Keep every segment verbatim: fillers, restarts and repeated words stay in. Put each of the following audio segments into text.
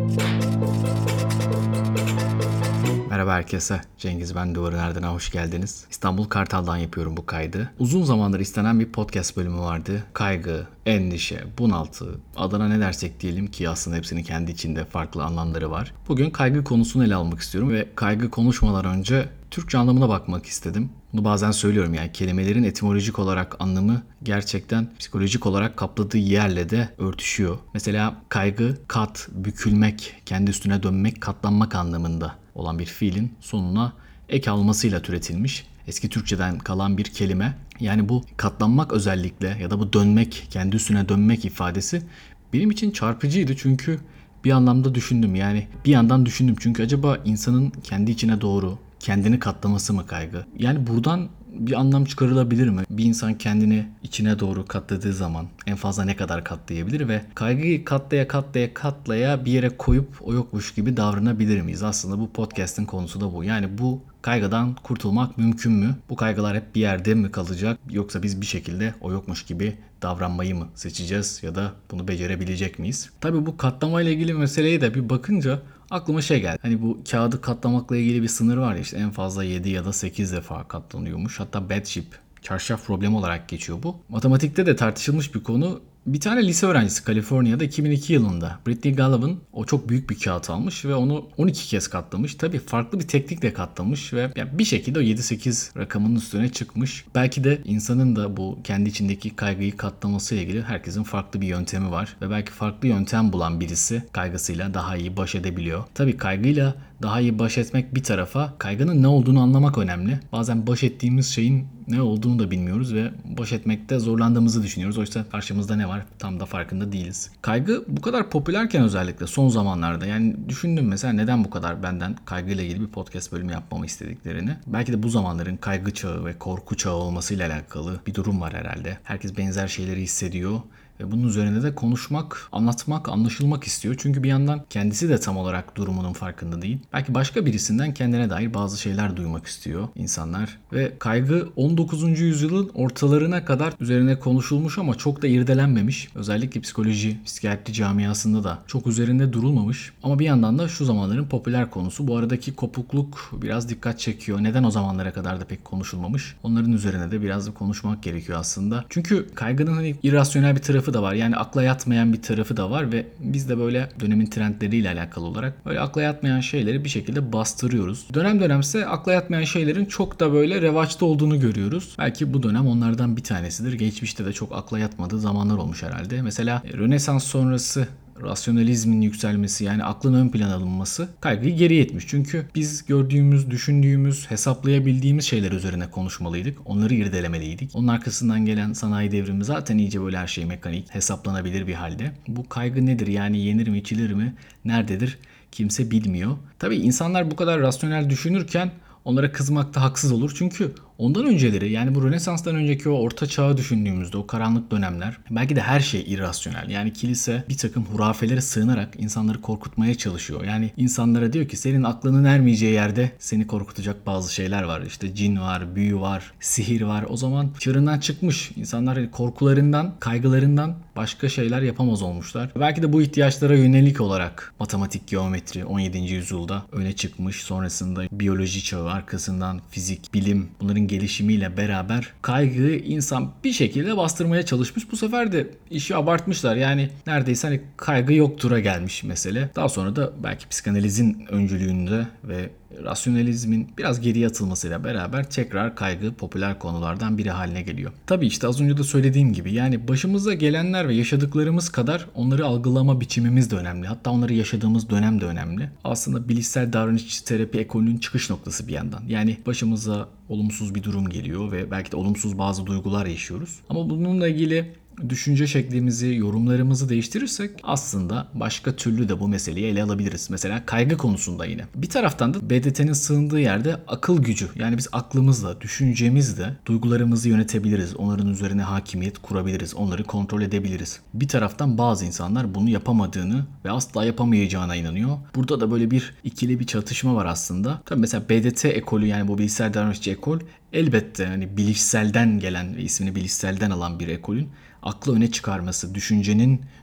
Merhaba herkese. Cengiz ben Duvarın Erdem'e hoş geldiniz. İstanbul Kartal'dan yapıyorum bu kaydı. Uzun zamandır istenen bir podcast bölümü vardı. Kaygı, endişe, bunaltı, adına ne dersek diyelim ki aslında hepsinin kendi içinde farklı anlamları var. Bugün kaygı konusunu ele almak istiyorum ve kaygı konuşmadan önce Türkçe anlamına bakmak istedim. Bunu bazen söylüyorum, yani kelimelerin etimolojik olarak anlamı gerçekten psikolojik olarak kapladığı yerle de örtüşüyor. Mesela kaygı, kat, bükülmek, kendi üstüne dönmek, katlanmak anlamında olan bir fiilin sonuna ek almasıyla türetilmiş eski Türkçeden kalan bir kelime. Yani bu katlanmak özellikle ya da bu dönmek, kendi üstüne dönmek ifadesi benim için çarpıcıydı çünkü bir anlamda düşündüm. Yani bir yandan düşündüm çünkü acaba insanın kendi içine doğru kendini katlaması mı kaygı? Yani buradan bir anlam çıkarılabilir mi? Bir insan kendini içine doğru katladığı zaman en fazla ne kadar katlayabilir ve kaygıyı katlaya katlaya katlaya bir yere koyup o yokmuş gibi davranabilir miyiz? Aslında bu podcast'in konusu da bu. Yani bu kaygıdan kurtulmak mümkün mü? Bu kaygılar hep bir yerde mi kalacak? Yoksa biz bir şekilde o yokmuş gibi davranmayı mı seçeceğiz ya da bunu becerebilecek miyiz? Tabii bu katlamayla ilgili meseleye de bir bakınca aklıma şey geldi. Hani bu kağıdı katlamakla ilgili bir sınır var ya, işte en fazla yedi ya da sekiz defa katlanıyormuş. Hatta bed sheet, çarşaf problemi olarak geçiyor bu. Matematikte de tartışılmış bir konu. Bir tane lise öğrencisi Kaliforniya'da iki bin iki yılında Brittany Gallup o çok büyük bir kağıt almış ve onu on iki kez katlamış. Tabii farklı bir teknikle katlamış ve yani bir şekilde o yedi sekiz rakamının üstüne çıkmış. Belki de insanın da bu kendi içindeki kaygıyı katlaması ile ilgili herkesin farklı bir yöntemi var ve belki farklı yöntem bulan birisi kaygısıyla daha iyi baş edebiliyor. Tabii kaygıyla daha iyi baş etmek bir tarafa, kaygının ne olduğunu anlamak önemli. Bazen baş ettiğimiz şeyin ne olduğunu da bilmiyoruz ve baş etmekte zorlandığımızı düşünüyoruz. Oysa karşımızda ne var tam da farkında değiliz. Kaygı bu kadar popülerken özellikle son zamanlarda, yani düşündüm mesela neden bu kadar benden kaygıyla ilgili bir podcast bölümü yapmamı istediklerini. Belki de bu zamanların kaygı çağı ve korku çağı olmasıyla alakalı bir durum var herhalde. Herkes benzer şeyleri hissediyor. Ve bunun üzerine de konuşmak, anlatmak, anlaşılmak istiyor. Çünkü bir yandan kendisi de tam olarak durumunun farkında değil. Belki başka birisinden kendine dair bazı şeyler duymak istiyor insanlar. Ve kaygı on dokuzuncu yüzyılın ortalarına kadar üzerine konuşulmuş ama çok da irdelenmemiş. Özellikle psikoloji, psikiyatri camiasında da çok üzerinde durulmamış. Ama bir yandan da şu zamanların popüler konusu. Bu aradaki kopukluk biraz dikkat çekiyor. Neden o zamanlara kadar da pek konuşulmamış? Onların üzerine de biraz da konuşmak gerekiyor aslında. Çünkü kaygının hani irrasyonel bir tarafı da var. Yani akla yatmayan bir tarafı da var ve biz de böyle dönemin trendleriyle alakalı olarak böyle akla yatmayan şeyleri bir şekilde bastırıyoruz. Dönem dönemse akla yatmayan şeylerin çok da böyle revaçta olduğunu görüyoruz. Belki bu dönem onlardan bir tanesidir. Geçmişte de çok akla yatmadığı zamanlar olmuş herhalde. Mesela Rönesans sonrası rasyonalizmin yükselmesi, yani aklın ön plana alınması kaygıyı geriye itmiş. Çünkü biz gördüğümüz, düşündüğümüz, hesaplayabildiğimiz şeyler üzerine konuşmalıydık. Onları irdelemeliydik. Onun arkasından gelen sanayi devrimi zaten iyice böyle her şey mekanik, hesaplanabilir bir halde. Bu kaygı nedir? Yani yenir mi, içilir mi? Nerededir? Kimse bilmiyor. Tabii insanlar bu kadar rasyonel düşünürken onlara kızmak da haksız olur. Çünkü ondan önceleri, yani bu Rönesans'tan önceki o orta çağı düşündüğümüzde, o karanlık dönemler, belki de her şey irrasyonel. Yani kilise bir takım hurafelere sığınarak insanları korkutmaya çalışıyor. Yani insanlara diyor ki senin aklının ermeyeceği yerde seni korkutacak bazı şeyler var. İşte cin var, büyü var, sihir var. O zaman çığırından çıkmış. İnsanlar korkularından, kaygılarından başka şeyler yapamaz olmuşlar. Belki de bu ihtiyaçlara yönelik olarak matematik, geometri on yedinci yüzyılda öne çıkmış. Sonrasında biyoloji çağı, arkasından fizik, bilim, bunların gelişimiyle beraber kaygıyı insan bir şekilde bastırmaya çalışmış. Bu sefer de işi abartmışlar. Yani neredeyse hani kaygı yoktur'a gelmiş mesele. Daha sonra da belki psikanalizin öncülüğünde ve rasyonalizmin biraz geriye atılmasıyla beraber tekrar kaygı popüler konulardan biri haline geliyor. Tabii işte az önce de söylediğim gibi, yani başımıza gelenler ve yaşadıklarımız kadar onları algılama biçimimiz de önemli. Hatta onları yaşadığımız dönem de önemli. Aslında bilişsel davranışçı terapi ekolünün çıkış noktası bir yandan. Yani başımıza olumsuz bir durum geliyor ve belki de olumsuz bazı duygular yaşıyoruz. Ama bununla ilgili düşünce şeklimizi, yorumlarımızı değiştirirsek aslında başka türlü de bu meseleyi ele alabiliriz. Mesela kaygı konusunda yine. Bir taraftan da B D T'nin sığındığı yerde akıl gücü. Yani biz aklımızla, düşüncemizle duygularımızı yönetebiliriz. Onların üzerine hakimiyet kurabiliriz. Onları kontrol edebiliriz. Bir taraftan bazı insanlar bunu yapamadığını ve asla yapamayacağına inanıyor. Burada da böyle bir ikili bir çatışma var aslında. Tabii mesela B D T ekolü, yani bu bilişsel davranışçı ekol, elbette hani bilişselden gelen ve ismini bilişselden alan bir ekolün aklı öne çıkarması, düşüncenin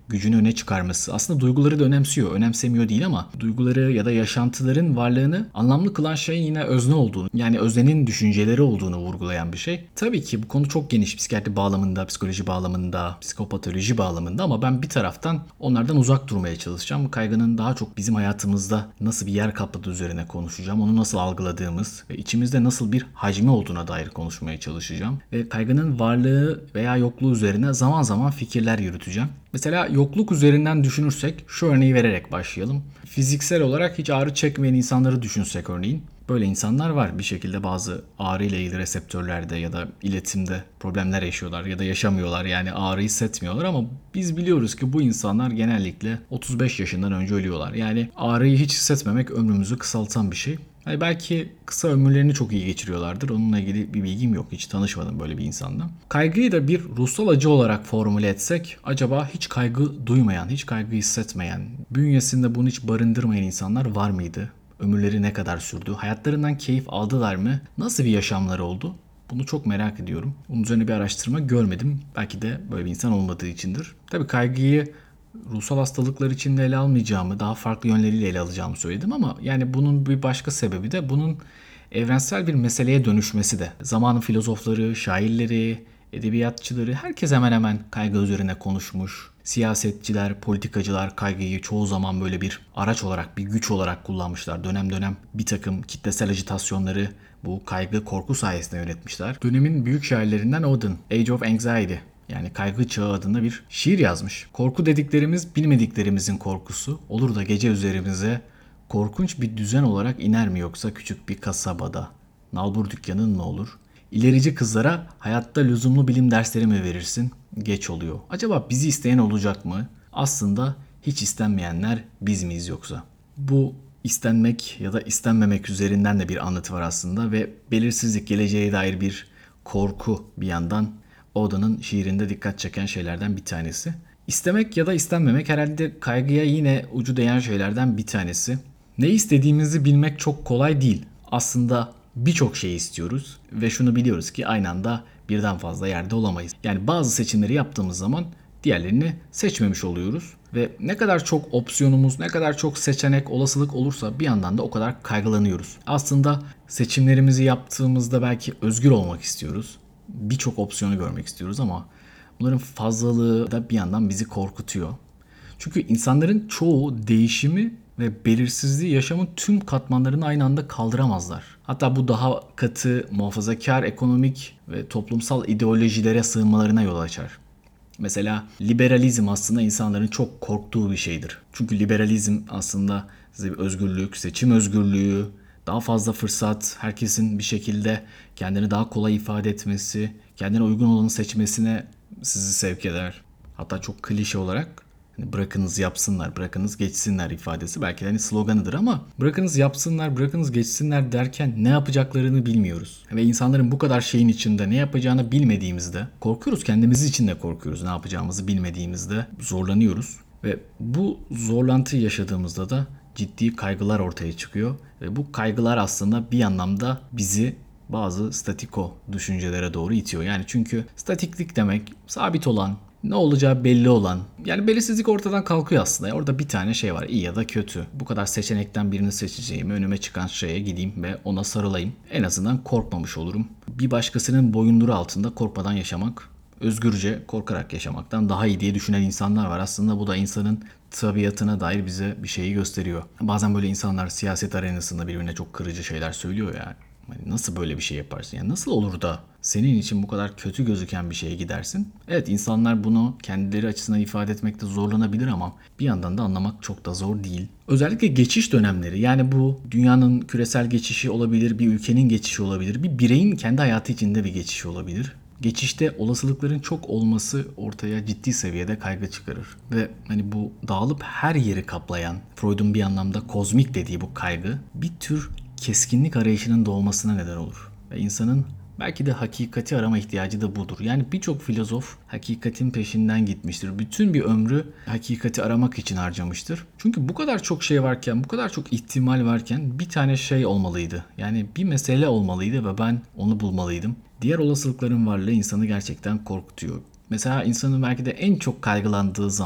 gücünü öne çıkarması. Aslında duyguları da önemsiyor, önemsemiyor değil ama duyguları ya da yaşantıların varlığını anlamlı kılan şeyin yine özne olduğunu, yani öznenin düşünceleri olduğunu vurgulayan bir şey. Tabii ki bu konu çok geniş, psikiyatri bağlamında, psikoloji bağlamında, psikopatoloji bağlamında ama ben bir taraftan onlardan uzak durmaya çalışacağım. Kaygının daha çok bizim hayatımızda nasıl bir yer kapladığı üzerine konuşacağım. Onu nasıl algıladığımız ve içimizde nasıl bir hacmi olduğuna dair konuşmaya çalışacağım. Ve kaygının varlığı veya yokluğu üzerine zaman zaman fikirler yürüteceğim. Mesela yokluk üzerinden düşünürsek şu örneği vererek başlayalım. Fiziksel olarak hiç ağrı çekmeyen insanları düşünsek örneğin. Böyle insanlar var, bir şekilde bazı ağrı ile ilgili reseptörlerde ya da iletimde problemler yaşıyorlar ya da yaşamıyorlar, yani ağrı hissetmiyorlar ama biz biliyoruz ki bu insanlar genellikle otuz beş yaşından önce ölüyorlar. Yani ağrıyı hiç hissetmemek ömrümüzü kısaltan bir şey. Hani belki kısa ömürlerini çok iyi geçiriyorlardır. Onunla ilgili bir bilgim yok. Hiç tanışmadım böyle bir insanla. Kaygıyı da bir ruhsal acı olarak formüle etsek, acaba hiç kaygı duymayan, hiç kaygı hissetmeyen, bünyesinde bunu hiç barındırmayan insanlar var mıydı? Ömürleri ne kadar sürdü? Hayatlarından keyif aldılar mı? Nasıl bir yaşamları oldu? Bunu çok merak ediyorum. Bunun üzerine bir araştırma görmedim. Belki de böyle bir insan olmadığı içindir. Tabii kaygıyı ruhsal hastalıklar içinde ele almayacağımı, daha farklı yönleriyle ele alacağımı söyledim ama yani bunun bir başka sebebi de bunun evrensel bir meseleye dönüşmesi de. Zamanın filozofları, şairleri, edebiyatçıları, herkes hemen hemen kaygı üzerine konuşmuş. Siyasetçiler, politikacılar kaygıyı çoğu zaman böyle bir araç olarak, bir güç olarak kullanmışlar. Dönem dönem bir takım kitlesel ajitasyonları bu kaygı, korku sayesinde yönetmişler. Dönemin büyük şairlerinden Auden, Age of Anxiety, yani Kaygı Çağı adında bir şiir yazmış. Korku dediklerimiz bilmediklerimizin korkusu. Olur da gece üzerimize korkunç bir düzen olarak iner mi, yoksa küçük bir kasabada nalbur dükkanın mı olur? İlerici kızlara hayatta lüzumlu bilim dersleri mi verirsin? Geç oluyor. Acaba bizi isteyen olacak mı? Aslında hiç istenmeyenler biz miyiz yoksa? Bu istenmek ya da istenmemek üzerinden de bir anlatı var aslında ve belirsizlik, geleceğe dair bir korku bir yandan Auden'ın şiirinde dikkat çeken şeylerden bir tanesi. İstemek ya da istenmemek herhalde kaygıya yine ucu değen şeylerden bir tanesi. Ne istediğimizi bilmek çok kolay değil. Aslında birçok şey istiyoruz ve şunu biliyoruz ki aynı anda birden fazla yerde olamayız. Yani bazı seçimleri yaptığımız zaman diğerlerini seçmemiş oluyoruz. Ve ne kadar çok opsiyonumuz, ne kadar çok seçenek, olasılık olursa bir yandan da o kadar kaygılanıyoruz. Aslında seçimlerimizi yaptığımızda belki özgür olmak istiyoruz. Birçok opsiyonu görmek istiyoruz ama bunların fazlalığı da bir yandan bizi korkutuyor. Çünkü insanların çoğu değişimi ve belirsizliği yaşamın tüm katmanlarını aynı anda kaldıramazlar. Hatta bu daha katı, muhafazakar, ekonomik ve toplumsal ideolojilere sığınmalarına yol açar. Mesela liberalizm aslında insanların çok korktuğu bir şeydir. Çünkü liberalizm aslında size bir özgürlük, seçim özgürlüğü, daha fazla fırsat, herkesin bir şekilde kendini daha kolay ifade etmesi, kendine uygun olanı seçmesine sizi sevk eder. Hatta çok klişe olarak hani bırakınız yapsınlar, bırakınız geçsinler ifadesi belki de hani sloganıdır ama bırakınız yapsınlar, bırakınız geçsinler derken ne yapacaklarını bilmiyoruz. Ve insanların bu kadar şeyin içinde ne yapacağını bilmediğimizde korkuyoruz, kendimiz için de korkuyoruz, ne yapacağımızı bilmediğimizde zorlanıyoruz. Ve bu zorlantıyı yaşadığımızda da ciddi kaygılar ortaya çıkıyor. Ve bu kaygılar aslında bir anlamda bizi bazı statiko düşüncelere doğru itiyor. Yani çünkü statiklik demek sabit olan, ne olacağı belli olan, yani belirsizlik ortadan kalkıyor aslında. Orada bir tane şey var, iyi ya da kötü. Bu kadar seçenekten birini seçeceğim, önüme çıkan şeye gideyim ve ona sarılayım. En azından korkmamış olurum. Bir başkasının boyunduruğu altında korkmadan yaşamak, özgürce korkarak yaşamaktan daha iyi diye düşünen insanlar var. Aslında bu da insanın tabiatına dair bize bir şeyi gösteriyor. Bazen böyle insanlar siyaset arenasında birbirine çok kırıcı şeyler söylüyor ya. Hani nasıl böyle bir şey yaparsın? Yani nasıl olur da senin için bu kadar kötü gözüken bir şeye gidersin? Evet, insanlar bunu kendileri açısından ifade etmekte zorlanabilir ama bir yandan da anlamak çok da zor değil. Özellikle geçiş dönemleri, yani bu dünyanın küresel geçişi olabilir, bir ülkenin geçişi olabilir, bir bireyin kendi hayatı içinde bir geçişi olabilir. Geçişte olasılıkların çok olması ortaya ciddi seviyede kaygı çıkarır. Ve hani bu dağılıp her yeri kaplayan, Freud'un bir anlamda kozmik dediği bu kaygı bir tür keskinlik arayışının doğmasına neden olur. Ve insanın belki de hakikati arama ihtiyacı da budur. Yani birçok filozof hakikatin peşinden gitmiştir. Bütün bir ömrü hakikati aramak için harcamıştır. Çünkü bu kadar çok şey varken, bu kadar çok ihtimal varken bir tane şey olmalıydı. Yani bir mesele olmalıydı ve ben onu bulmalıydım. Diğer olasılıkların varlığı insanı gerçekten korkutuyor. Mesela insanın belki de en çok kaygılandığı zaman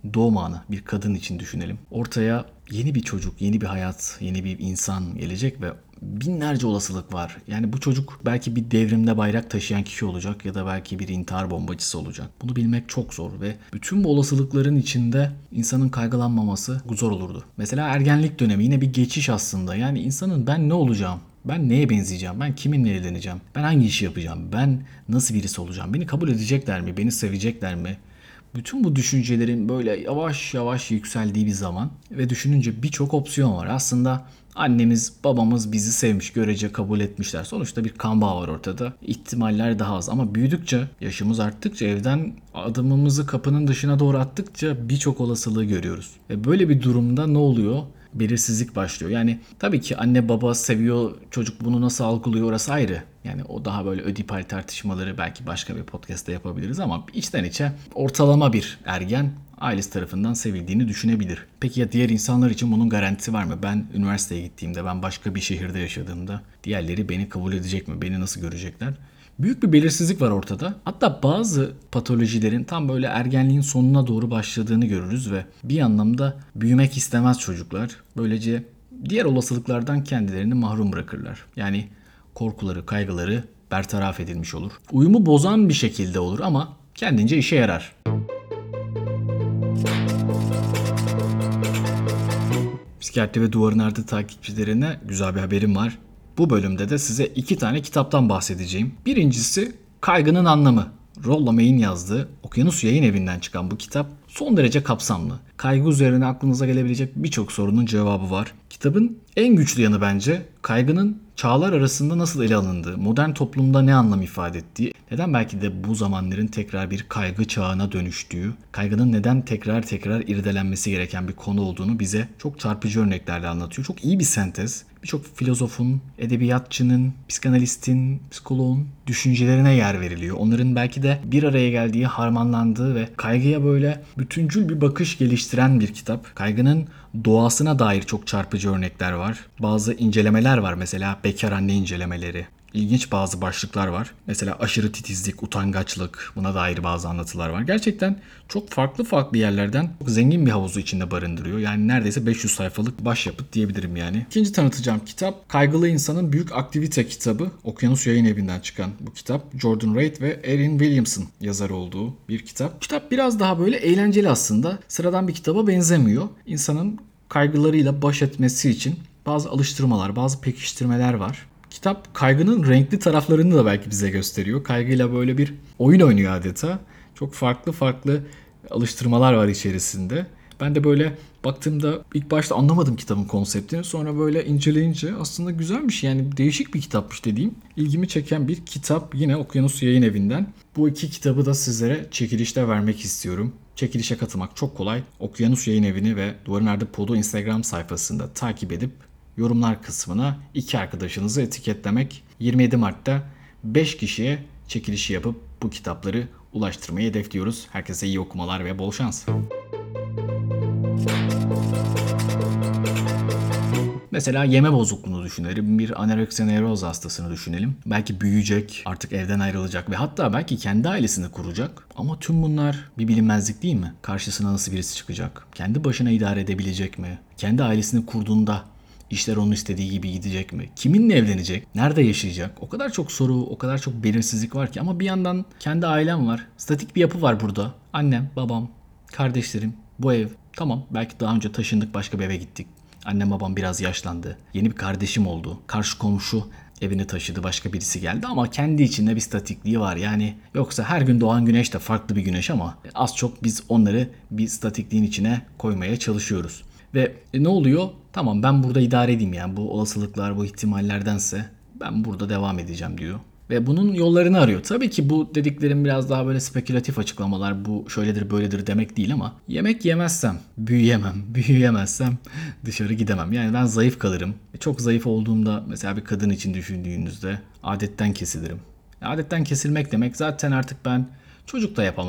doğum anı, bir kadın için düşünelim. Ortaya yeni bir çocuk, yeni bir hayat, yeni bir insan gelecek ve binlerce olasılık var. Yani bu çocuk belki bir devrimde bayrak taşıyan kişi olacak ya da belki bir intihar bombacısı olacak. Bunu bilmek çok zor ve bütün bu olasılıkların içinde insanın kaygılanmaması zor olurdu. Mesela ergenlik dönemi yine bir geçiş aslında. Yani insanın ben ne olacağım? Ben neye benzeyeceğim? Ben kiminle evleneceğim? Ben hangi işi yapacağım? Ben nasıl birisi olacağım? Beni kabul edecekler mi? Beni sevecekler mi? Bütün bu düşüncelerin böyle yavaş yavaş yükseldiği bir zaman ve düşününce birçok opsiyon var. Aslında annemiz, babamız bizi sevmiş, görece kabul etmişler. Sonuçta bir kan bağı var ortada. İhtimaller daha az ama büyüdükçe, yaşımız arttıkça, evden adımımızı kapının dışına doğru attıkça birçok olasılığı görüyoruz. Ve böyle bir durumda ne oluyor? Belirsizlik başlıyor. Yani tabii ki anne baba seviyor, çocuk bunu nasıl algılıyor orası ayrı. Yani o daha böyle ödipal tartışmaları belki başka bir podcast'ta yapabiliriz ama içten içe ortalama bir ergen ailesi tarafından sevildiğini düşünebilir. Peki ya diğer insanlar için bunun garantisi var mı? Ben üniversiteye gittiğimde, ben başka bir şehirde yaşadığımda diğerleri beni kabul edecek mi? Beni nasıl görecekler? Büyük bir belirsizlik var ortada. Hatta bazı patolojilerin tam böyle ergenliğin sonuna doğru başladığını görürüz ve bir anlamda büyümek istemez çocuklar. Böylece diğer olasılıklardan kendilerini mahrum bırakırlar. Yani korkuları, kaygıları bertaraf edilmiş olur. Uyumu bozan bir şekilde olur ama kendince işe yarar. Psikiyatri ve Duvarın Ardı takipçilerine güzel bir haberim var. Bu bölümde de size iki tane kitaptan bahsedeceğim. Birincisi Kaygının Anlamı. Rollo May'in yazdığı Okyanus Yayın Evi'nden çıkan bu kitap son derece kapsamlı. Kaygı üzerine aklınıza gelebilecek birçok sorunun cevabı var. Kitabın en güçlü yanı bence kaygının çağlar arasında nasıl ele alındığı, modern toplumda ne anlam ifade ettiği, neden belki de bu zamanların tekrar bir kaygı çağına dönüştüğü, kaygının neden tekrar tekrar irdelenmesi gereken bir konu olduğunu bize çok çarpıcı örneklerle anlatıyor. Çok iyi bir sentez. Birçok filozofun, edebiyatçının, psikanalistin, psikoloğun düşüncelerine yer veriliyor. Onların belki de bir araya geldiği, harmanlandığı ve kaygıya böyle bütüncül bir bakış geliştiren bir kitap. Kaygının doğasına dair çok çarpıcı örnekler var. Bazı incelemeler var, mesela bekar anne incelemeleri. İlginç bazı başlıklar var. Mesela aşırı titizlik, utangaçlık, buna dair bazı anlatılar var. Gerçekten çok farklı farklı yerlerden çok zengin bir havuzu içinde barındırıyor. Yani neredeyse beş yüz sayfalık başyapıt diyebilirim yani. İkinci tanıtacağım kitap Kaygılı İnsanın Büyük Aktivite kitabı. Okyanus Yayın Evi'nden çıkan bu kitap. Jordan Reid ve Erin Williamson yazar olduğu bir kitap. Kitap biraz daha böyle eğlenceli aslında. Sıradan bir kitaba benzemiyor. İnsanın kaygılarıyla baş etmesi için bazı alıştırmalar, bazı pekiştirmeler var. Kitap kaygının renkli taraflarını da belki bize gösteriyor. Kaygıyla böyle bir oyun oynuyor adeta. Çok farklı farklı alıştırmalar var içerisinde. Ben de böyle baktığımda ilk başta anlamadım kitabın konseptini. Sonra böyle inceleyince aslında güzelmiş, yani değişik bir kitapmış dediğim. İlgimi çeken bir kitap yine Okyanus Yayın Evi'nden. Bu iki kitabı da sizlere çekilişte vermek istiyorum. Çekilişe katılmak çok kolay. Okyanus Yayın Evi'ni ve Duvarın Ardı Pod'u Instagram sayfasında takip edip yorumlar kısmına iki arkadaşınızı etiketlemek. yirmi yedi Mart'ta beş kişiye çekilişi yapıp bu kitapları ulaştırmayı hedefliyoruz. Herkese iyi okumalar ve bol şans. Mesela yeme bozukluğunu düşünelim. Bir anoreksiya nevroz hastasını düşünelim. Belki büyüyecek, artık evden ayrılacak ve hatta belki kendi ailesini kuracak. Ama tüm bunlar bir bilinmezlik değil mi? Karşısına nasıl birisi çıkacak? Kendi başına idare edebilecek mi? Kendi ailesini kurduğunda İşler onun istediği gibi gidecek mi? Kiminle evlenecek? Nerede yaşayacak? O kadar çok soru, o kadar çok belirsizlik var ki. Ama bir yandan kendi ailem var. Statik bir yapı var burada. Annem, babam, kardeşlerim, bu ev. Tamam, belki daha önce taşındık, başka bir eve gittik. Annem babam biraz yaşlandı. Yeni bir kardeşim oldu. Karşı komşu evini taşıdı, başka birisi geldi ama kendi içinde bir statikliği var. Yani yoksa her gün doğan güneş de farklı bir güneş ama az çok biz onları bir statikliğin içine koymaya çalışıyoruz. Ve e, ne oluyor? Tamam, ben burada idare edeyim, yani bu olasılıklar, bu ihtimallerdense ben burada devam edeceğim diyor. Ve bunun yollarını arıyor. Tabii ki bu dediklerim biraz daha böyle spekülatif açıklamalar, bu şöyledir böyledir demek değil ama yemek yemezsem büyüyemem, büyüyemezsem dışarı gidemem. Yani ben zayıf kalırım. Çok zayıf olduğumda mesela bir kadın için düşündüğünüzde adetten kesilirim. Adetten kesilmek demek zaten artık ben çocuk da yapamam.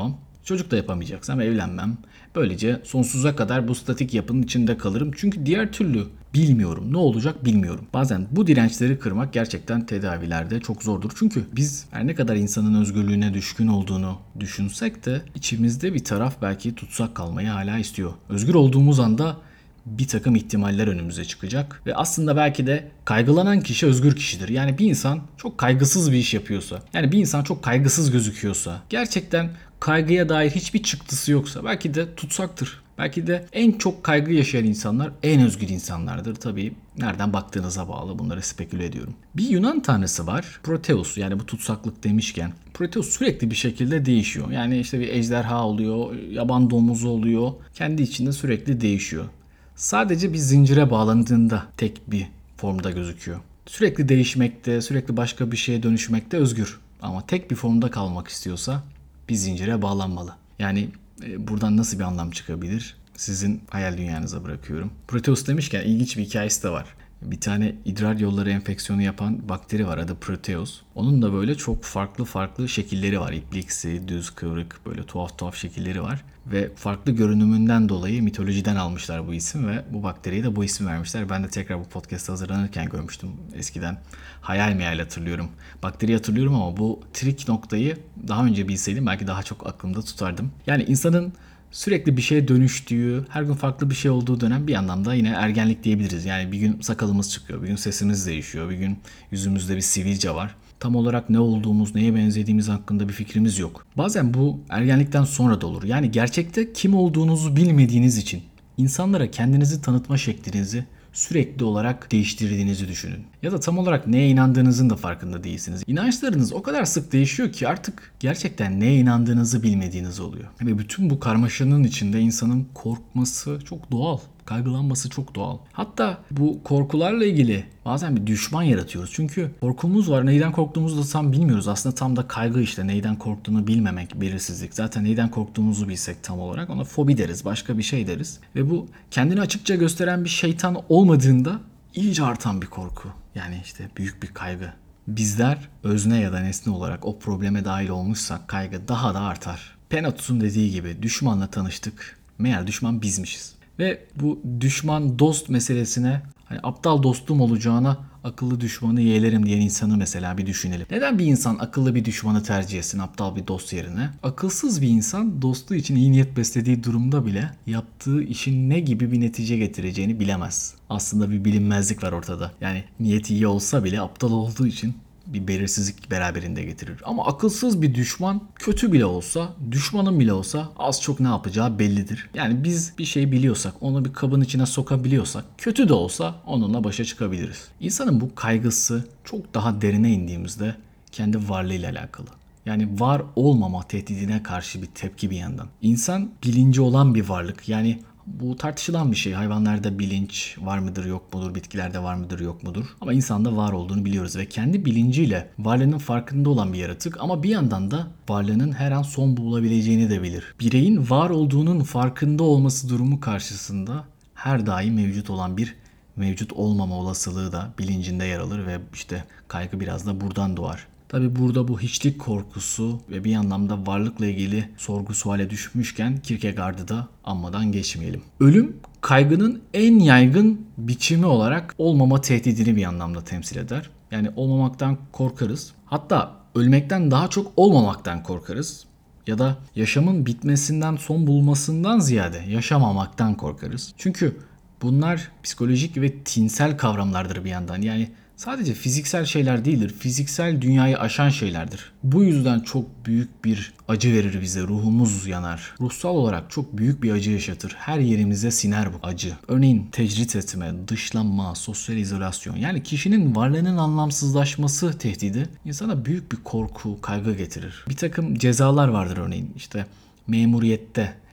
Çocuk da yapamayacaksam evlenmem. Böylece sonsuza kadar bu statik yapının içinde kalırım. Çünkü diğer türlü bilmiyorum. Ne olacak bilmiyorum. Bazen bu dirençleri kırmak gerçekten tedavilerde çok zordur. Çünkü biz her ne kadar insanın özgürlüğüne düşkün olduğunu düşünsek de içimizde bir taraf belki tutsak kalmayı hala istiyor. Özgür olduğumuz anda bir takım ihtimaller önümüze çıkacak ve aslında belki de kaygılanan kişi özgür kişidir. Yani bir insan çok kaygısız bir iş yapıyorsa, yani bir insan çok kaygısız gözüküyorsa, gerçekten kaygıya dair hiçbir çıktısı yoksa belki de tutsaktır. Belki de en çok kaygı yaşayan insanlar en özgür insanlardır. Tabii nereden baktığınıza bağlı, bunları speküle ediyorum. Bir Yunan tanrısı var, Proteus, yani bu tutsaklık demişken. Proteus sürekli bir şekilde değişiyor. Yani işte bir ejderha oluyor, yaban domuzu oluyor. Kendi içinde sürekli değişiyor. Sadece bir zincire bağlandığında tek bir formda gözüküyor. Sürekli değişmekte, sürekli başka bir şeye dönüşmekte özgür. Ama tek bir formda kalmak istiyorsa bir zincire bağlanmalı. Yani e, buradan nasıl bir anlam çıkabilir? Sizin hayal dünyanıza bırakıyorum. Proteus demişken ilginç bir hikayesi de var. Bir tane idrar yolları enfeksiyonu yapan bakteri var, adı Proteus. Onun da böyle çok farklı farklı şekilleri var. İpliksi, düz, kıvrık, böyle tuhaf tuhaf şekilleri var. Ve farklı görünümünden dolayı mitolojiden almışlar bu isim ve bu bakteriye de bu ismi vermişler. Ben de tekrar bu podcast'a hazırlanırken görmüştüm. Eskiden hayal meyal hatırlıyorum. Bakteriyi hatırlıyorum ama bu trik noktayı daha önce bilseydim belki daha çok aklımda tutardım. Yani insanın sürekli bir şeye dönüştüğü, her gün farklı bir şey olduğu dönem bir anlamda yine ergenlik diyebiliriz. Yani bir gün sakalımız çıkıyor, bir gün sesimiz değişiyor, bir gün yüzümüzde bir sivilce var. Tam olarak ne olduğumuz, neye benzediğimiz hakkında bir fikrimiz yok. Bazen bu ergenlikten sonra da olur. Yani gerçekte kim olduğunuzu bilmediğiniz için insanlara kendinizi tanıtma şeklinizi sürekli olarak değiştirdiğinizi düşünün. Ya da tam olarak neye inandığınızın da farkında değilsiniz. İnançlarınız o kadar sık değişiyor ki artık gerçekten neye inandığınızı bilmediğiniz oluyor. Ve bütün bu karmaşanın içinde insanın korkması çok doğal. Kaygılanması çok doğal. Hatta bu korkularla ilgili bazen bir düşman yaratıyoruz. Çünkü korkumuz var. Neyden korktuğumuzu da tam bilmiyoruz. Aslında tam da kaygı işte. Neyden korktuğunu bilmemek, belirsizlik. Zaten neyden korktuğumuzu bilsek tam olarak ona fobi deriz. Başka bir şey deriz. Ve bu kendini açıkça gösteren bir şeytan olmadığında iyice artan bir korku. Yani işte büyük bir kaygı. Bizler özne ya da nesne olarak o probleme dahil olmuşsak kaygı daha da artar. Penatus'un dediği gibi düşmanla tanıştık. Meğer düşman bizmişiz. Ve bu düşman dost meselesine hani aptal dostum olacağına akıllı düşmanı yeğlerim diyen insanı mesela bir düşünelim. Neden bir insan akıllı bir düşmanı tercih etsin aptal bir dost yerine? Akılsız bir insan dostu için iyi niyet beslediği durumda bile yaptığı işin ne gibi bir netice getireceğini bilemez. Aslında bir bilinmezlik var ortada. Yani niyeti iyi olsa bile aptal olduğu için bir belirsizlik beraberinde getirir. Ama akılsız bir düşman kötü bile olsa, düşmanın bile olsa az çok ne yapacağı bellidir. Yani biz bir şey biliyorsak, onu bir kabın içine sokabiliyorsak, kötü de olsa onunla başa çıkabiliriz. İnsanın bu kaygısı çok daha derine indiğimizde kendi varlığıyla alakalı. Yani var olmama tehdidine karşı bir tepki bir yandan. İnsan bilinci olan bir varlık. Yani bu tartışılan bir şey. Hayvanlarda bilinç var mıdır yok mudur? Bitkilerde var mıdır yok mudur? Ama insanda var olduğunu biliyoruz ve kendi bilinciyle varlığının farkında olan bir yaratık ama bir yandan da varlığının her an son bulabileceğini de bilir. Bireyin var olduğunun farkında olması durumu karşısında her daim mevcut olan bir mevcut olmama olasılığı da bilincinde yer alır ve işte kaygı biraz da buradan doğar. Tabi burada bu hiçlik korkusu ve bir anlamda varlıkla ilgili sorgu suale düşmüşken Kierkegaard'ı da anmadan geçmeyelim. Ölüm kaygının en yaygın biçimi olarak olmama tehdidini bir anlamda temsil eder. Yani olmamaktan korkarız. Hatta ölmekten daha çok olmamaktan korkarız. Ya da yaşamın bitmesinden, son bulmasından ziyade yaşamamaktan korkarız. Çünkü bunlar psikolojik ve tinsel kavramlardır bir yandan. Yani sadece fiziksel şeyler değildir. Fiziksel dünyayı aşan şeylerdir. Bu yüzden çok büyük bir acı verir bize. Ruhumuz yanar. Ruhsal olarak çok büyük bir acı yaşatır. Her yerimize siner bu acı. Örneğin tecrit etme, dışlanma, sosyal izolasyon. Yani kişinin varlığının anlamsızlaşması tehdidi insana büyük bir korku, kaygı getirir. Bir takım cezalar vardır örneğin. İşte memuriyette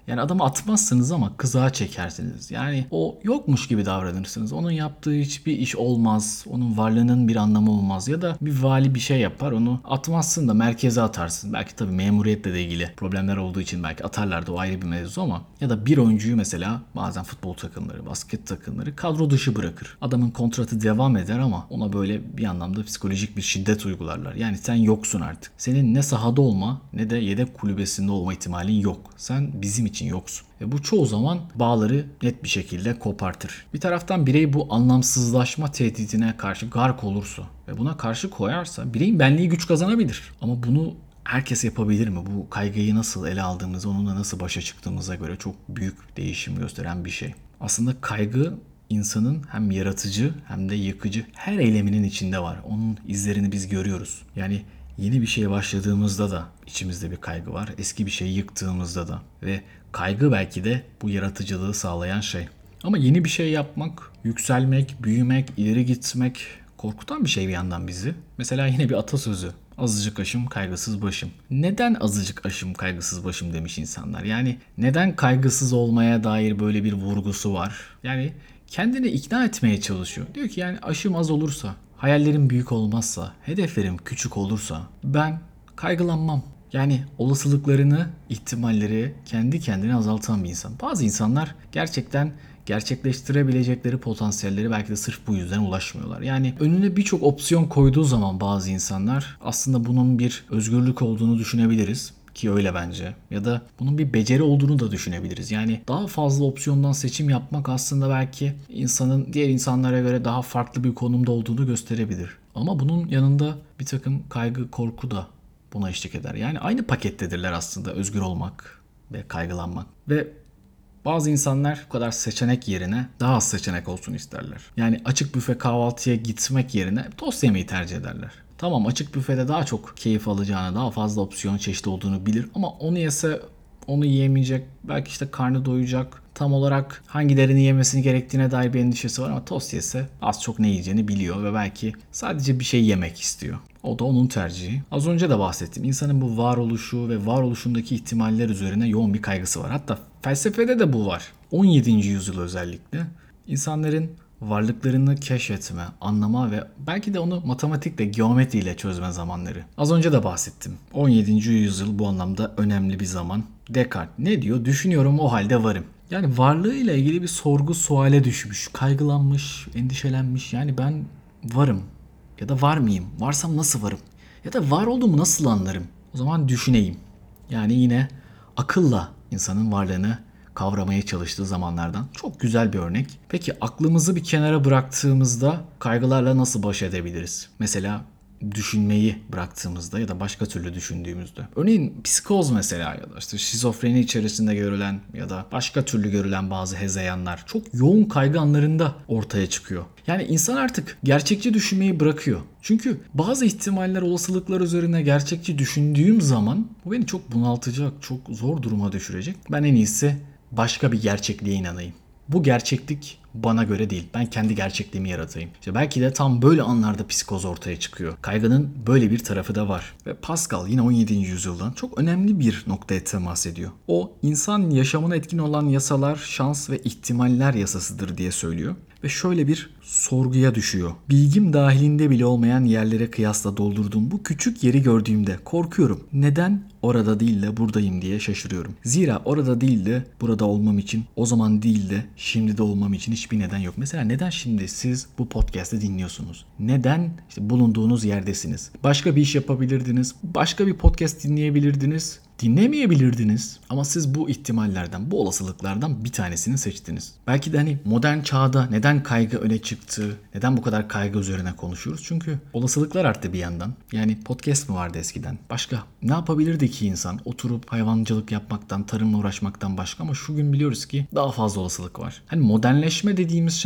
Yani adamı atmazsınız ama kızağa çekersiniz. Yani o yokmuş gibi davranırsınız. Onun yaptığı hiçbir iş olmaz. Onun varlığının bir anlamı olmaz. Ya da bir vali bir şey yapar, onu atmazsın da merkeze atarsın. Belki tabii memuriyetle de ilgili problemler olduğu için belki atarlardı, o ayrı bir mevzu ama ya da bir oyuncuyu mesela bazen futbol takımları, basket takımları kadro dışı bırakır. Adamın kontratı devam eder ama ona böyle bir anlamda psikolojik bir şiddet uygularlar. Yani sen yoksun artık. Senin ne sahada olma ne de yedek kulübesinde olma ihtimalin yok. Sen bizim için yoksun. Ve bu çoğu zaman bağları net bir şekilde kopartır. Bir taraftan birey bu anlamsızlaşma tehdidine karşı gark olursa ve buna karşı koyarsa bireyin benliği güç kazanabilir. Ama bunu herkes yapabilir mi? Bu kaygıyı nasıl ele aldığımız, onunla nasıl başa çıktığımıza göre çok büyük değişim gösteren bir şey. Aslında kaygı insanın hem yaratıcı hem de yıkıcı her eyleminin içinde var. Onun izlerini biz görüyoruz. Yani yeni bir şeye başladığımızda da içimizde bir kaygı var. Eski bir şeyi yıktığımızda da. Ve kaygı belki de bu yaratıcılığı sağlayan şey. Ama yeni bir şey yapmak, yükselmek, büyümek, ileri gitmek korkutan bir şey bir yandan bizi. Mesela yine bir atasözü. Azıcık aşım kaygısız başım. Neden azıcık aşım kaygısız başım demiş insanlar. Yani neden kaygısız olmaya dair böyle bir vurgusu var. Yani kendini ikna etmeye çalışıyor. Diyor ki yani aşım az olursa, hayallerim büyük olmazsa, hedeflerim küçük olursa ben kaygılanmam. Yani olasılıklarını, ihtimalleri kendi kendine azaltan bir insan. Bazı insanlar gerçekten gerçekleştirebilecekleri potansiyelleri belki de sırf bu yüzden ulaşmıyorlar. Yani önüne birçok opsiyon koyduğu zaman bazı insanlar aslında bunun bir özgürlük olduğunu düşünebiliriz. Ki öyle bence. Ya da bunun bir beceri olduğunu da düşünebiliriz. Yani daha fazla opsiyondan seçim yapmak aslında belki insanın diğer insanlara göre daha farklı bir konumda olduğunu gösterebilir. Ama bunun yanında bir takım kaygı, korku da buna eşlik eder. Yani aynı pakettedirler aslında özgür olmak ve kaygılanmak. Ve bazı insanlar bu kadar seçenek yerine daha az seçenek olsun isterler. Yani açık büfe kahvaltıya gitmek yerine tost yemeyi tercih ederler. Tamam, açık büfede daha çok keyif alacağını, daha fazla opsiyon çeşitli olduğunu bilir ama onu yese onu yiyemeyecek, belki işte karnı doyacak, tam olarak hangilerini yemesini gerektiğine dair bir endişesi var ama tost yese az çok ne yiyeceğini biliyor ve belki sadece bir şey yemek istiyor. O da onun tercihi. Az önce de bahsettim. İnsanın bu varoluşu ve varoluşundaki ihtimaller üzerine yoğun bir kaygısı var. Hatta felsefede de bu var. on yedinci yüzyıl özellikle insanların varlıklarını keşfetme, anlama ve belki de onu matematikle, geometriyle çözme zamanları. Az önce de bahsettim. on yedinci yüzyıl bu anlamda önemli bir zaman. Descartes ne diyor? Düşünüyorum, o halde varım. Yani varlığıyla ilgili bir sorgu suale düşmüş, kaygılanmış, endişelenmiş. Yani ben varım ya da var mıyım? Varsam nasıl varım? Ya da var olduğumu nasıl anlarım? O zaman düşüneyim. Yani yine akılla insanın varlığını kavramaya çalıştığı zamanlardan çok güzel bir örnek. Peki aklımızı bir kenara bıraktığımızda kaygılarla nasıl baş edebiliriz? Mesela düşünmeyi bıraktığımızda ya da başka türlü düşündüğümüzde. Örneğin psikoz mesela ya da işte şizofreni içerisinde görülen ya da başka türlü görülen bazı hezeyanlar çok yoğun kaygı anlarında ortaya çıkıyor. Yani insan artık gerçekçi düşünmeyi bırakıyor. Çünkü bazı ihtimaller, olasılıklar üzerine gerçekçi düşündüğüm zaman bu beni çok bunaltacak, çok zor duruma düşürecek. Ben en iyisi başka bir gerçekliğe inanayım. Bu gerçeklik bana göre değil. Ben kendi gerçekliğimi yaratayım. İşte belki de tam böyle anlarda psikoz ortaya çıkıyor. Kaygının böyle bir tarafı da var. Ve Pascal yine on yedinci yüzyıldan çok önemli bir noktaya temas ediyor. O insan yaşamına etkin olan yasalar, şans ve ihtimaller yasasıdır diye söylüyor. Ve şöyle bir sorguya düşüyor. Bilgim dahilinde bile olmayan yerlere kıyasla doldurduğum bu küçük yeri gördüğümde korkuyorum. Neden orada değil de buradayım diye şaşırıyorum. Zira orada değil de burada olmam için, o zaman değil de şimdi de olmam için hiçbir neden yok. Mesela neden şimdi siz bu podcast'ı dinliyorsunuz? Neden işte bulunduğunuz yerdesiniz? Başka bir iş yapabilirdiniz. Başka bir podcast dinleyebilirdiniz. Dinlemeyebilirdiniz ama siz bu ihtimallerden, bu olasılıklardan bir tanesini seçtiniz. Belki de hani modern çağda neden kaygı öne çıktı, neden bu kadar kaygı üzerine konuşuyoruz? Çünkü olasılıklar arttı bir yandan. Yani podcast mı vardı eskiden? Başka ne yapabilirdi ki insan? Oturup hayvancılık yapmaktan, tarımla uğraşmaktan başka ama şu gün biliyoruz ki daha fazla olasılık var. Hani modernleşme dediğimiz şey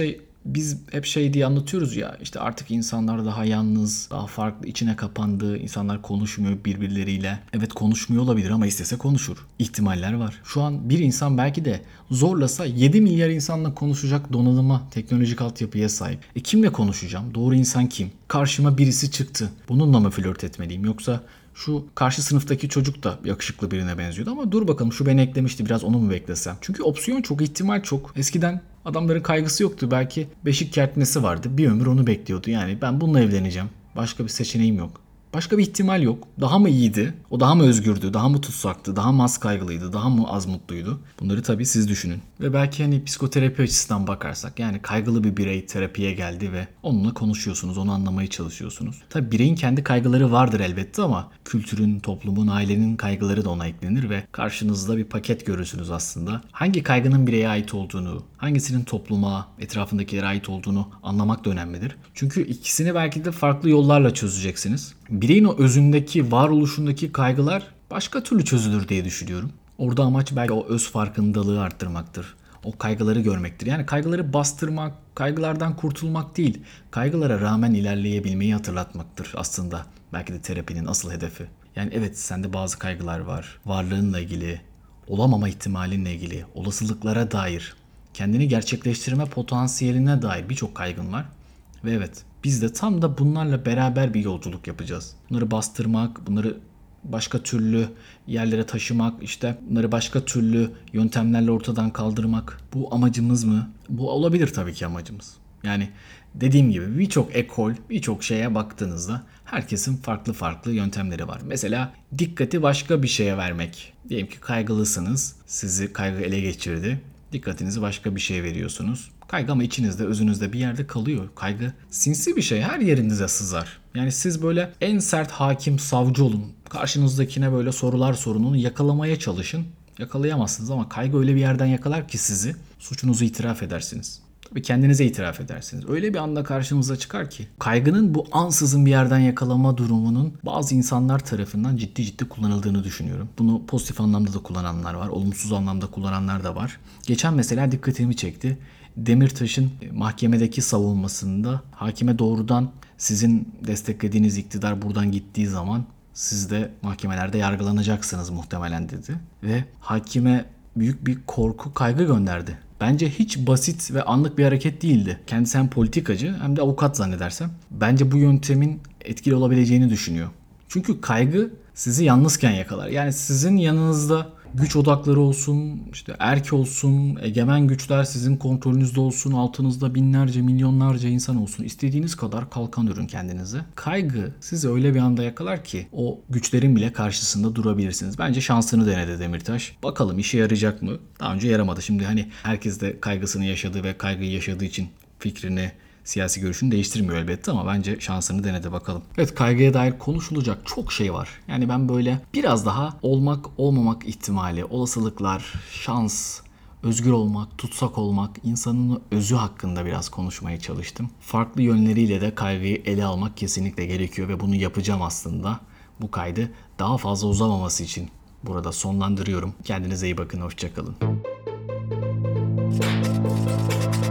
biz hep şey diye anlatıyoruz ya, işte artık insanlar daha yalnız, daha farklı, içine kapandı, insanlar konuşmuyor birbirleriyle. Evet, konuşmuyor olabilir ama istese konuşur. İhtimaller var. Şu an bir insan belki de zorlasa yedi milyar insanla konuşacak donanıma, teknolojik altyapıya sahip. E kimle konuşacağım? Doğru insan kim? Karşıma birisi çıktı. Bununla mı flört etmeliyim? Yoksa şu karşı sınıftaki çocuk da yakışıklı birine benziyordu ama dur bakalım şu beni eklemişti, biraz onu mu beklesem? Çünkü opsiyon çok, ihtimal çok. Eskiden adamların kaygısı yoktu. Belki beşik kertmesi vardı. Bir ömür onu bekliyordu. Yani ben bununla evleneceğim. Başka bir seçeneğim yok. Başka bir ihtimal yok. Daha mı iyiydi? O daha mı özgürdü? Daha mı tutsaktı? Daha mı az kaygılıydı? Daha mı az mutluydu? Bunları tabii siz düşünün. Ve belki hani psikoterapi açısından bakarsak, yani kaygılı bir birey terapiye geldi ve onunla konuşuyorsunuz, onu anlamaya çalışıyorsunuz. Tabii bireyin kendi kaygıları vardır elbette ama kültürün, toplumun, ailenin kaygıları da ona eklenir ve karşınızda bir paket görürsünüz aslında. Hangi kaygının bireye ait olduğunu, hangisinin topluma, etrafındakilere ait olduğunu anlamak da önemlidir. Çünkü ikisini belki de farklı yollarla çözeceksiniz. Bireyin o özündeki, varoluşundaki kaygılar başka türlü çözülür diye düşünüyorum. Orada amaç belki o öz farkındalığı arttırmaktır. O kaygıları görmektir. Yani kaygıları bastırmak, kaygılardan kurtulmak değil, kaygılara rağmen ilerleyebilmeyi hatırlatmaktır aslında. Belki de terapinin asıl hedefi. Yani evet, sende bazı kaygılar var. Varlığınla ilgili, olamama ihtimalinle ilgili, olasılıklara dair, kendini gerçekleştirme potansiyeline dair birçok kaygın var. Ve evet, biz de tam da bunlarla beraber bir yolculuk yapacağız. Bunları bastırmak, bunları başka türlü yerlere taşımak, işte bunları başka türlü yöntemlerle ortadan kaldırmak. Bu amacımız mı? Bu olabilir tabii ki amacımız. Yani dediğim gibi birçok ekol, birçok şeye baktığınızda herkesin farklı farklı yöntemleri var. Mesela dikkati başka bir şeye vermek. Diyelim ki kaygılısınız, sizi kaygı ele geçirdi. Dikkatinizi başka bir şeye veriyorsunuz. Kaygı ama içinizde, özünüzde bir yerde kalıyor. Kaygı sinsi bir şey, her yerinize sızar. Yani siz böyle en sert hakim, savcı olun. Karşınızdakine böyle sorular sorun, onu yakalamaya çalışın. Yakalayamazsınız ama kaygı öyle bir yerden yakalar ki sizi, suçunuzu itiraf edersiniz. Tabii kendinize itiraf edersiniz. Öyle bir anda karşınıza çıkar ki kaygının bu ansızın bir yerden yakalama durumunun bazı insanlar tarafından ciddi ciddi kullanıldığını düşünüyorum. Bunu pozitif anlamda da kullananlar var, olumsuz anlamda kullananlar da var. Geçen mesela dikkatimi çekti. Demirtaş'ın mahkemedeki savunmasında hakime doğrudan sizin desteklediğiniz iktidar buradan gittiği zaman siz de mahkemelerde yargılanacaksınız muhtemelen dedi. Ve hakime büyük bir korku, kaygı gönderdi. Bence hiç basit ve anlık bir hareket değildi. Kendisi hem politikacı hem de avukat zannedersem. Bence bu yöntemin etkili olabileceğini düşünüyor. Çünkü kaygı sizi yalnızken yakalar. Yani sizin yanınızda güç odakları olsun, işte erk olsun, egemen güçler sizin kontrolünüzde olsun, altınızda binlerce, milyonlarca insan olsun. İstediğiniz kadar kalkan ürün kendinize. Kaygı sizi öyle bir anda yakalar ki o güçlerin bile karşısında durabilirsiniz. Bence şansını denedi Demirtaş. Bakalım işe yarayacak mı? Daha önce yaramadı. Şimdi hani herkes de kaygısını yaşadığı ve kaygıyı yaşadığı için fikrini, siyasi görüşünü değiştirmiyor elbette ama bence şansını denedi, bakalım. Evet, kaygıya dair konuşulacak çok şey var. Yani ben böyle biraz daha olmak olmamak ihtimali, olasılıklar, şans, özgür olmak, tutsak olmak, insanın özü hakkında biraz konuşmaya çalıştım. Farklı yönleriyle de kaygıyı ele almak kesinlikle gerekiyor ve bunu yapacağım aslında. Bu kaydı daha fazla uzamaması için burada sonlandırıyorum. Kendinize iyi bakın, hoşça kalın.